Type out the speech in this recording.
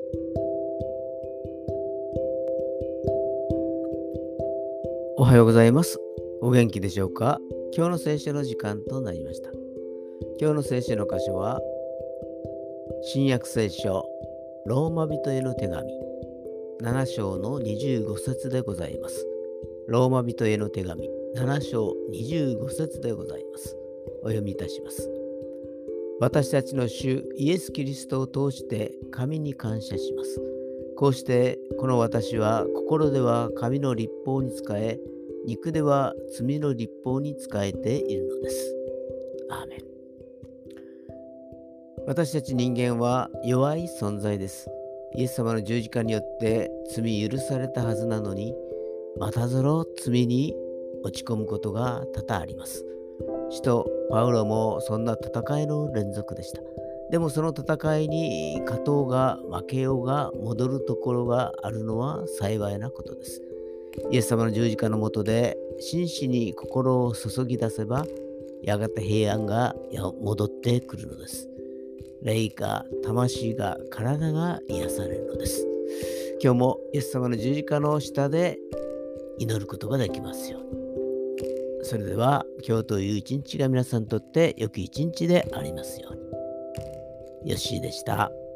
おはようございます。お元気でしょうか？今日の聖書の時間となりました。今日の聖書の箇所は、新約聖書、ローマ人への手紙、7章の25節でございます。ローマ人への手紙、7章25節でございます。お読みいたします。私たちの主イエス・キリストを通して神に感謝します。こうしてこの私は心では神の律法に仕え、肉では罪の律法に仕えているのです。アーメン。私たち人間は弱い存在です。イエス様の十字架によって罪許されたはずなのに、またぞろ罪に落ち込むことが多々あります。使徒パウロもそんな戦いの連続でした。でもその戦いに勝とうが負けようが戻るところがあるのは幸いなことです。イエス様の十字架の下で真摯に心を注ぎ出せば、やがて平安が戻ってくるのです。霊が、魂が、体が癒されるのです。今日もイエス様の十字架の下で祈ることができますように。それでは今日という一日が皆さんにとって良き一日でありますように。ヨッシーでした。